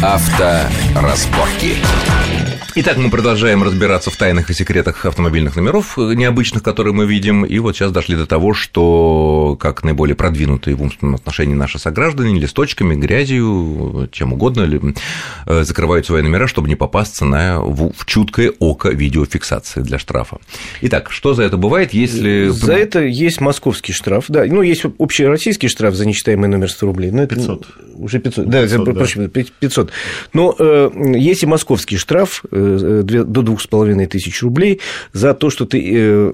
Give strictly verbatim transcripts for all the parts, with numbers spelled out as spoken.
Авторазборки. Итак, мы продолжаем разбираться в тайнах и секретах автомобильных номеров необычных, которые мы видим, и вот сейчас дошли до того, что как наиболее продвинутые в умственном отношении наши сограждане листочками, грязью, чем угодно закрывают свои номера, чтобы не попасться на, в, в чуткое око видеофиксации для штрафа. Итак, что за это бывает, если… За это есть московский штраф, да, ну, есть общероссийский штраф за нечитаемый номер сто рублей. Но это пятьсот. Уже пятьсот, да, пятьсот, прошу, пятьсот. Но э, есть и московский штраф до двух с половиной тысяч рублей за то, что ты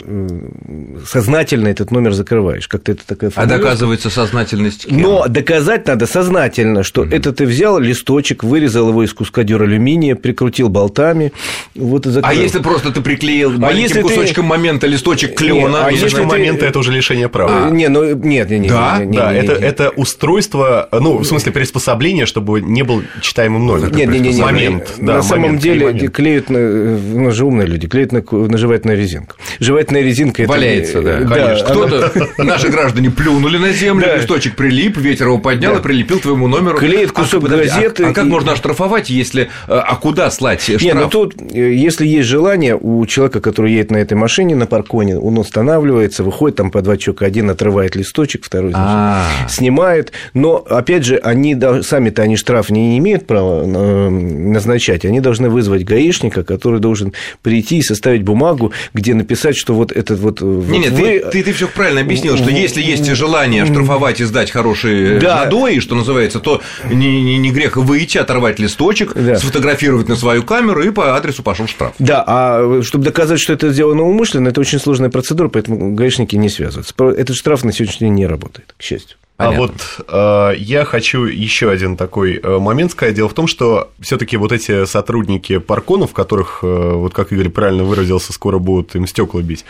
сознательно этот номер закрываешь. Как-то это такая формулировка. А доказывается сознательность кем? Но доказать надо сознательно, что mm-hmm. это ты взял листочек, вырезал его из куска дюралюминия, прикрутил болтами. Вот и закрыл. А если просто ты приклеил а маленьким кусочком ты... момента листочек клеёна? А если момента ты... это уже лишение права. А. Не, ну нет, нет, нет. Да, не, не, да, не, это, не, не. это устройство, ну, в смысле, приспособление, чтобы не был читаемым номер. Нет, нет, нет, момент. Да, на самом момент, деле момент. клеют, на, ну, же умные люди, клеют на, на жевательную резинку. Жевательная резинка это... Валяется, да, да, конечно. Кто-то, наши граждане плюнули на землю, да. Листочек прилип, ветер его поднял да. и прилепил твоему номеру. Клеит кусок а, газеты. А, а как и... можно оштрафовать, если… А куда слать штраф? Нет, ну тут, если есть желание у человека, который едет на этой машине на парконе, он останавливается, выходит там под двойчок, один отрывает листочек, второй, значит, снимает. Но, опять же, они сами-то они штраф не имеют права назначать, они должны вызвать гаишника, который должен прийти и составить бумагу, где написать, что вот этот вот… Нет, вот нет, вы... ты, ты, ты все правильно объяснил, что если есть желание штрафовать и сдать хорошие да. надои, что называется, то не, не, не грех выйти, оторвать листочек, да. сфотографировать на свою камеру, и по адресу пошел штраф. Да, а чтобы доказать, что это сделано умышленно, это очень сложная процедура, поэтому гаишники не связываются. Этот штраф на сегодняшний день не работает, к счастью. Понятно. А вот э, я хочу еще один такой э, момент сказать. Дело в том, что все-таки вот эти сотрудники парконов, которых, э, вот как Игорь правильно выразился, скоро будут им стекла бить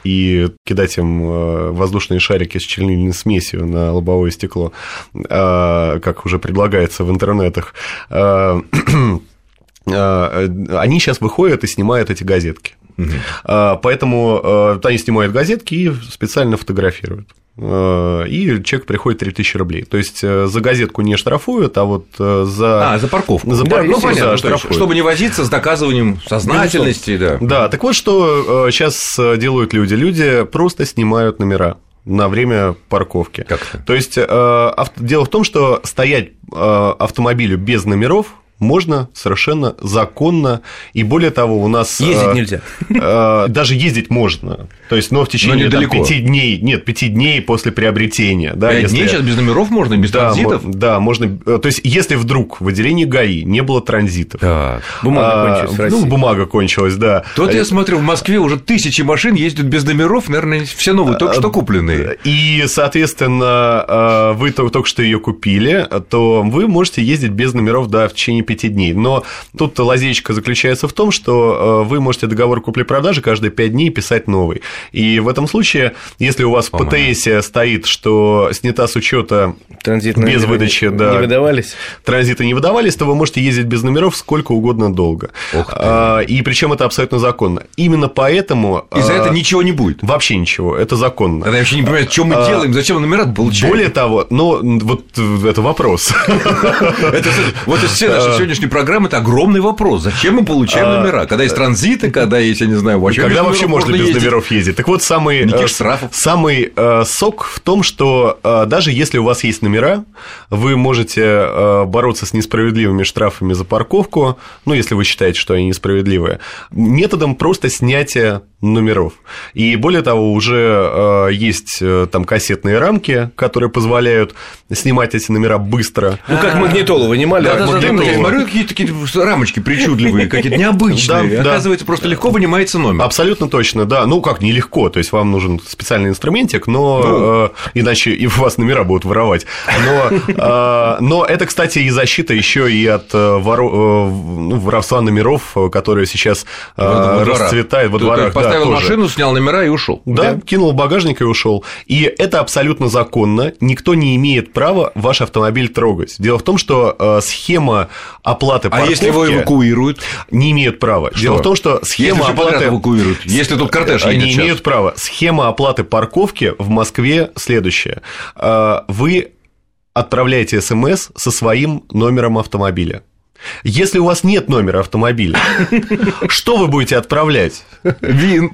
и кидать им э, воздушные шарики с чернильной смесью на лобовое стекло, э, как уже предлагается в интернетах, э, э, они сейчас выходят и снимают эти газетки. Угу. Поэтому э, они снимают газетки и специально фотографируют. И чек приходит три тысячи рублей. То есть за газетку не штрафуют, а вот за… А, за парковку. За парковку, да, понятно, да, штрафуют. Чтобы не возиться с доказыванием сознательности. Да. да, так вот, что сейчас делают люди. Люди просто снимают номера на время парковки. Как-то. То есть дело в том, что стоять автомобилю без номеров можно совершенно законно, и более того, у нас… Ездить нельзя. Даже ездить можно, то есть, но в течение там, пяти дней, нет, пяти дней после приобретения. Да, пять если... дней сейчас без номеров можно, без да, транзитов? Да, можно, то есть, если вдруг в отделении ГАИ не было транзитов… Так. Бумага а, кончилась в России. Ну, бумага кончилась, да. Тут я смотрю, в Москве уже тысячи машин ездят без номеров, наверное, все новые, только что купленные. И, соответственно, вы только что ее купили, то вы можете ездить без номеров, да, в течение пяти дней. Но тут лазейка заключается в том, что вы можете договор купли-продажи каждые пять дней писать новый. И в этом случае, если у вас в ПТСе стоит, что снята с учета без выдачи, не, да, не выдавались, транзиты не выдавались, то вы можете ездить без номеров сколько угодно долго. А, и причем это абсолютно законно. Именно поэтому… И за это ничего не будет? Вообще ничего, это законно. Я вообще не понимаю, что мы делаем, зачем номера получаем? Более того, ну, вот это вопрос. Вот из всей нашей сегодняшней программы это огромный вопрос. Зачем мы получаем номера? Когда есть транзиты, когда есть, я не знаю, вообще когда вообще можно без ездить? номеров ездить? Так вот, самый, самый сок в том, что даже если у вас есть номера, вы можете бороться с несправедливыми штрафами за парковку, ну, если вы считаете, что они несправедливые, методом просто снятия номеров. И более того, уже есть там кассетные рамки, которые позволяют снимать эти номера быстро. Ну, как магнитолу вынимали. Да, да, да, я смотрю, какие-то такие рамочки причудливые, какие-то необычные. Оказывается, просто легко вынимается номер. Абсолютно точно, да. Ну, как нелегко, то есть вам нужен специальный инструментик, но иначе и вас номера будут воровать. Но это, кстати, и защита еще и от воровства номеров, которые сейчас расцветают во дворах. Поставил машину, снял номера и ушел. Да, кинул в багажник и ушел. И это абсолютно законно. Никто не имеет права ваш автомобиль трогать. Дело в том, что схема оплаты парковки… А если его эвакуируют? Не имеют права. Что? Дело в том, что схема если оплаты… эвакуируют, если тут кортеж едет не сейчас. имеют права. Схема оплаты парковки в Москве следующая. Вы отправляете СМС со своим номером автомобиля. Если у вас нет номера автомобиля, что вы будете отправлять? ВИН.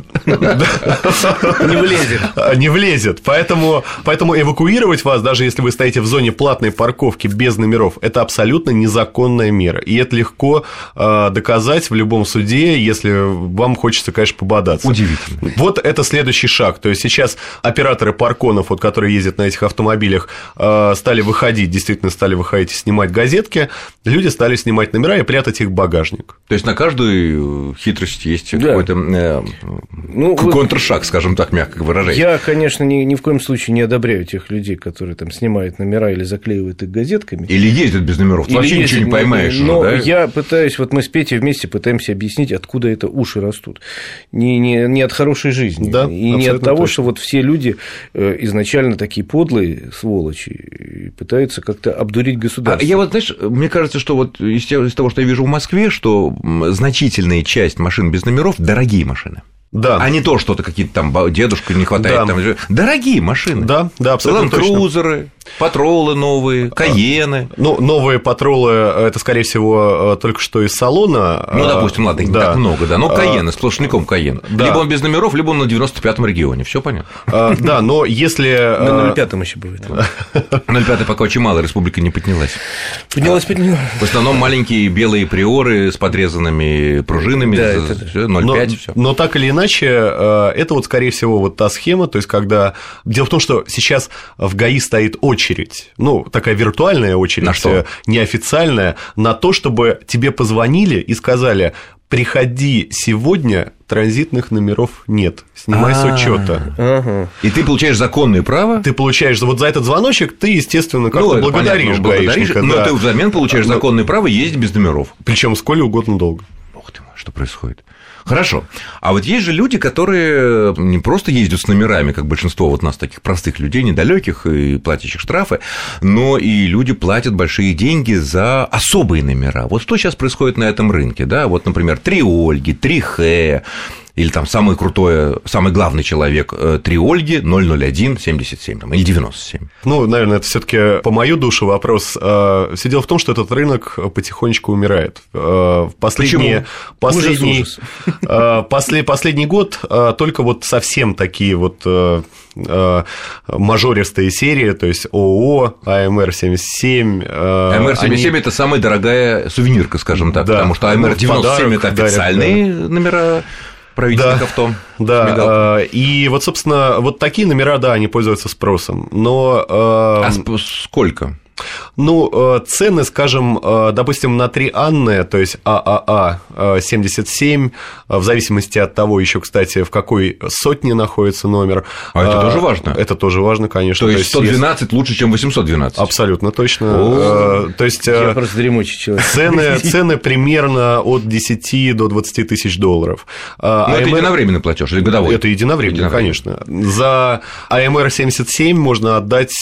Не влезет. Не влезет. Поэтому, поэтому эвакуировать вас, даже если вы стоите в зоне платной парковки без номеров, это абсолютно незаконная мера. И это легко э, доказать в любом суде, если вам хочется, конечно, пободаться. Удивительно. Вот это следующий шаг. То есть сейчас операторы парконов, вот, которые ездят на этих автомобилях, э, стали выходить, действительно стали выходить и снимать газетки. Люди стали снимать номера и прятать их в багажник. То есть на каждую хитрость есть да. какой-то э, ну, контршаг, скажем так, мягко выражаясь. Я, конечно, ни, ни в коем случае не одобряю тех людей, которые там снимают номера или заклеивают их газетками. Или ездят без номеров. Ты вообще ничего не поймаешь. Но уже, да? я пытаюсь, вот мы с Петей вместе пытаемся объяснить, откуда это уши растут. Не, не, не от хорошей жизни. Да, и не от того, точно. что вот все люди изначально такие подлые сволочи и пытаются как-то обдурить государство. А я вот, знаешь, мне кажется, что вот из того, что я вижу в Москве, что значительная часть машин без номеров – дорогие машины. Да. А не то, что-то какие-то там дедушка не хватает. Да. Там... Дорогие машины. Да, да, абсолютно точно. Ланд-крузеры, патролы новые, Кайены. Ну, новые патролы – это, скорее всего, только что из салона. Ну, допустим, ладно, их не да. так много, да. Но Кайены, сплошняком Кайен. Да. Либо он без номеров, либо он на девяносто пятом регионе. Все понятно. Да, но если… На ноль пятом еще бывает. ноль пятый пока очень мало, республика не поднялась. Поднялась, поднялась. В основном маленькие белые приоры с подрезанными пружинами, да, ноль пять, все. Но так или иначе, это вот, скорее всего, вот та схема, то есть, когда… Дело в том, что сейчас в ГАИ стоит очередь, ну, такая виртуальная очередь, на что? Неофициальная, на то, чтобы тебе позвонили и сказали: приходи сегодня, транзитных номеров нет, снимай с учета. Ага. И ты получаешь законное право. Ты получаешь вот за этот звоночек, ты, естественно, как-то ну, благодаришь гаишника. Но да. ты взамен получаешь законное право ездить без номеров. Причем сколь угодно долго. Ух ты мой, что происходит? Хорошо. А вот есть же люди, которые не просто ездят с номерами, как большинство вот нас, таких простых людей, недалеких и платящих штрафы, но и люди платят большие деньги за особые номера. Вот что сейчас происходит на этом рынке, да? Вот, например, три Ольги, три Х, или там самый крутой, самый главный человек три Ольги, ноль ноль один семьдесят семь там, или девяносто семь. Ну, наверное, это все-таки по мою душу вопрос. Все дело в том, что этот рынок потихонечку умирает. Последние, последний, после, последний год только вот совсем такие вот мажористые серии, то есть ООО, АМР семьдесят семь. АМР семьдесят семь они... – это самая дорогая сувенирка, скажем так, да, потому что АМР девяносто семь – это официальные дарят, да. номера правительных да, авто. Да, и вот, собственно, вот такие номера, да, они пользуются спросом, но… А сколько? Ну, цены, скажем, допустим, на три Анны, то есть ААА семьдесят семь, в зависимости от того еще, кстати, в какой сотне находится номер. А это тоже важно? Это тоже важно, конечно. То есть сто двенадцать есть... лучше, чем восемьсот двенадцать? Абсолютно точно. То есть я просто дремучий человек. Цены, цены примерно от десяти до двадцати тысяч долларов. Но АМР... это единовременный платеж или годовой? Это единовременный, конечно. За АМР семьдесят семь можно отдать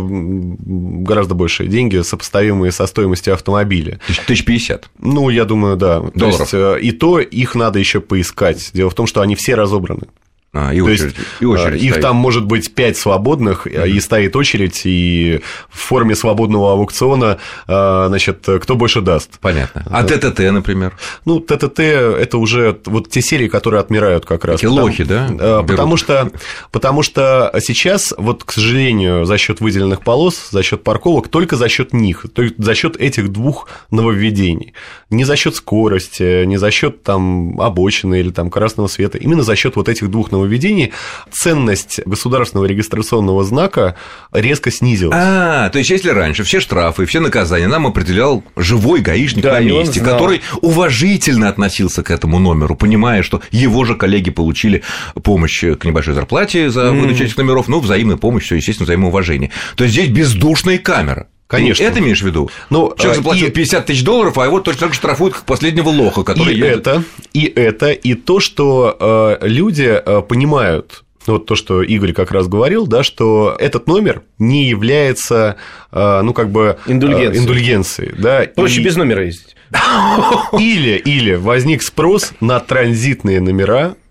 гораздо большие деньги, сопоставимые со стоимостью автомобиля. Тысяч пятьдесят? Ну, я думаю, да. Долларов? То есть, и то их надо еще поискать. Дело в том, что они все разобраны. А, и То очередь, есть, и очередь их стоит. там может быть пять свободных, mm-hmm. и стоит очередь, и в форме свободного аукциона, значит, кто больше даст. Понятно. А да. ТТТ, например? Ну, ТТТ – это уже вот те серии, которые отмирают как раз. Эти лохи, да? Потому что, потому что сейчас, вот, к сожалению, за счет выделенных полос, за счет парковок, только за счет них, то есть за счет этих двух нововведений. Не за счет скорости, не за счет там обочины или там красного света, именно за счет вот этих двух нововведений ценность государственного регистрационного знака резко снизилась. А, то есть, если раньше все штрафы, все наказания нам определял живой гаишник да, на месте, который уважительно относился к этому номеру, понимая, что его же коллеги получили помощь к небольшой зарплате за выдачу этих номеров, ну, взаимная помощь, все, естественно, взаимоуважение. То есть, здесь бездушная камера. Конечно. Ты это имеешь в виду? Ну, человек заплатил и... пятьдесят тысяч долларов, а его точно так же штрафуют, как последнего лоха, который и едет. Это, и это, и то, что э, люди э, понимают, вот то, что Игорь как раз говорил, да, что этот номер не является, э, ну, как бы… Индульгенцией. Э, индульгенцией, да. Проще и... без номера ездить. Или, или возник спрос на транзитные номера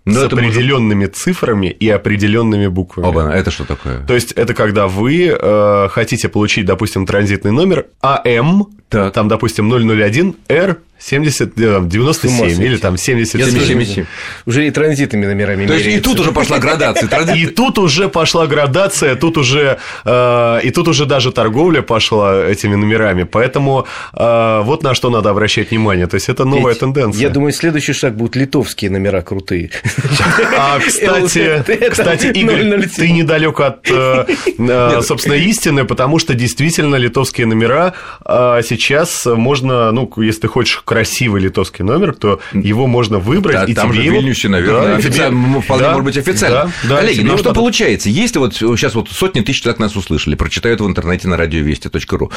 Но с определенными может... цифрами и определенными буквами. Оба, это что такое? То есть это когда вы э, хотите получить, допустим, транзитный номер АМ, так. там, допустим, ноль ноль один эр семьдесят девяносто семь или там семьдесят семь. Уже и транзитными номерами. То есть и тут уже пошла градация. И тут уже пошла градация, тут уже и тут уже даже торговля пошла этими номерами. Поэтому вот на что надо обращать внимание. То есть это новая тенденция. Я думаю, следующий шаг будут литовские номера крутые. А, кстати, кстати, Игорь, ты недалек от, собственно, истины, потому что действительно литовские номера сейчас можно, ну, если ты хочешь красивый литовский номер, то его можно выбрать. Да, и там тебе же в Вильнюсе, наверное, да, официально, вполне да, может быть официально. Да, да, Олег, ну а что надо... получается? Если вот сейчас вот сотни тысяч человек нас услышали, прочитают в интернете на радиовести точка ру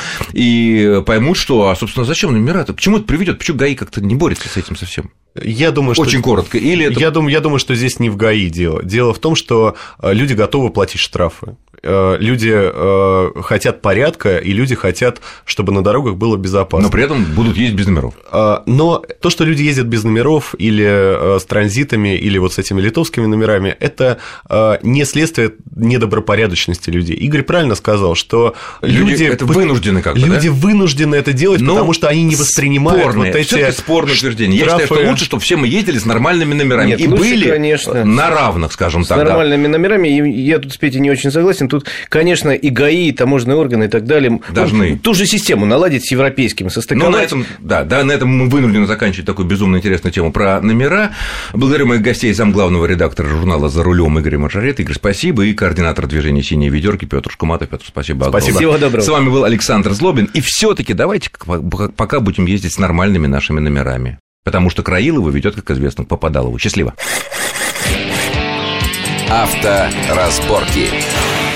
и поймут, что, а, собственно, зачем номера-то? К чему это приведет? Почему ГАИ как-то не борется с этим совсем? Я думаю, что... Очень коротко. Или это... я, думаю, я думаю, что здесь не в ГАИ дело. Дело в том, что люди готовы платить штрафы. Люди хотят порядка, и люди хотят, чтобы на дорогах было безопасно. Но при этом будут ездить без номеров. Но то, что люди ездят без номеров или с транзитами, или вот с этими литовскими номерами, это не следствие недобропорядочности людей. Игорь правильно сказал, что люди... люди это вынуждены как-то, Люди да? вынуждены это делать, но потому что они не воспринимают спорные, вот эти... спорные утверждения. Я считаю, что лучше, чтобы все мы ездили с нормальными номерами. Нет, и лучше, были конечно, на равных, скажем с так. С нормальными да. номерами. Я тут с Петей не очень согласен. Тут, конечно, и ГАИ, и таможенные органы и так далее должны ту же систему наладить с европейскими, состыковать. Но на этом, да, да, на этом мы вынуждены заканчивать такую безумно интересную тему про номера. Благодарю моих гостей, замглавного редактора журнала «За рулем» Игоря Маржарета. Игорь, спасибо. И координатор движения «Синие ведерки» Петр Шкуматов. Петр, спасибо. Спасибо. Всего доброго. С вами был Александр Злобин. И все-таки давайте пока будем ездить с нормальными нашими номерами. Потому что Краилова ведет, как известно, к Попадалову. Счастливо. Авторазборки.